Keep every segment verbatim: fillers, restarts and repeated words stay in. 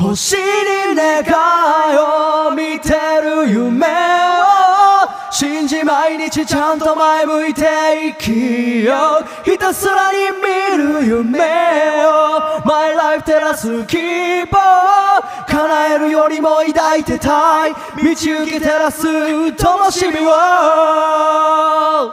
星に願いを見てる夢を信じ毎日ちゃんと前向いて生きよう。ひたすらに見る夢を My life 照らす希望叶えるよりも抱いてたい道行き照らす灯火を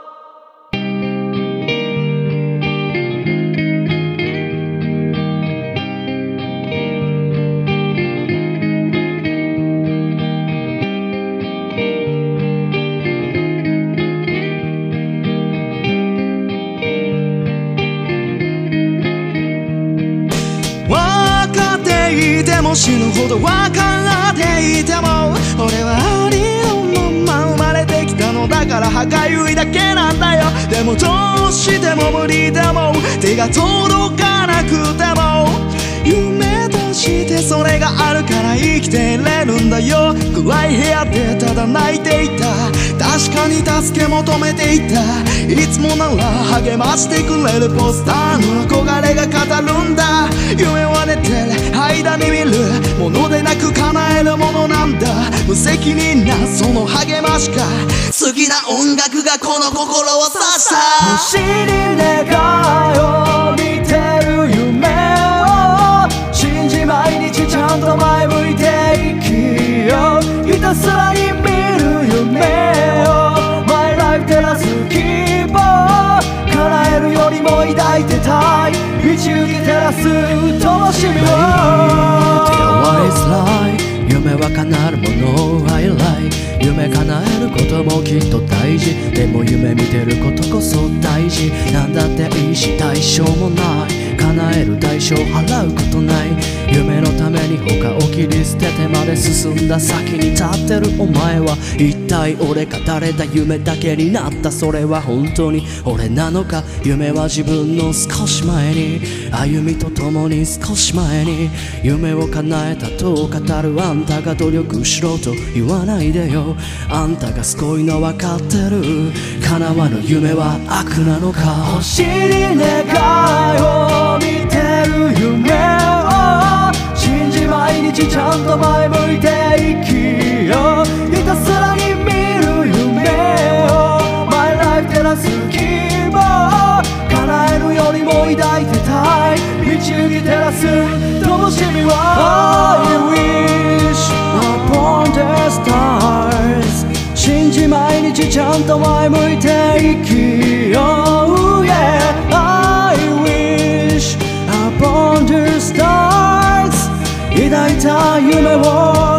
死ぬほど分かっていても俺はありのまま生まれてきたのだから歯がゆいだけなんだよ。でもどうしても無理でも手が届かなくても夢としてそれがあるから生きていれるんだよ。暗い部屋でただ泣いていた確かに助け求めていたいつもなら励ましてくれるポスターの憧れが語るんだ。夢は寝てる間に見るものでなく叶えるものなんだ。無責任なその励ましか好きな音楽がこの心を刺した星に願いを見てる夢を信じ毎日ちゃんと前向いて生きよう。ひたすらに見る夢を My life 照らす希望叶えるよりも抱いてたい道行き照らす灯火を夢は叶うもの I like 夢叶えることもきっと大事でも夢見てることこそ大事なんだっていいし対象もない叶える代償払うことない夢のために他を切り捨ててまで進んだ先に立ってるお前は一体俺か誰だ。夢だけになったそれは本当に俺なのか。夢は自分の少し前に歩みとともに少し前に夢を叶えたと語るあんたが努力しろと言わないでよ。あんたがすごいの分かってる叶わぬ夢は悪なのか。星に願いを見てる夢を信じ毎日ちゃんと前向いて生きよう。ひたすらに見る夢を My life 照らす希望叶えるよりも抱いてたい道行き照らす灯火を I wish upon the stars 信じ毎日ちゃんと前向いて生きよう、yeah. I wish upon the stars 抱いた夢を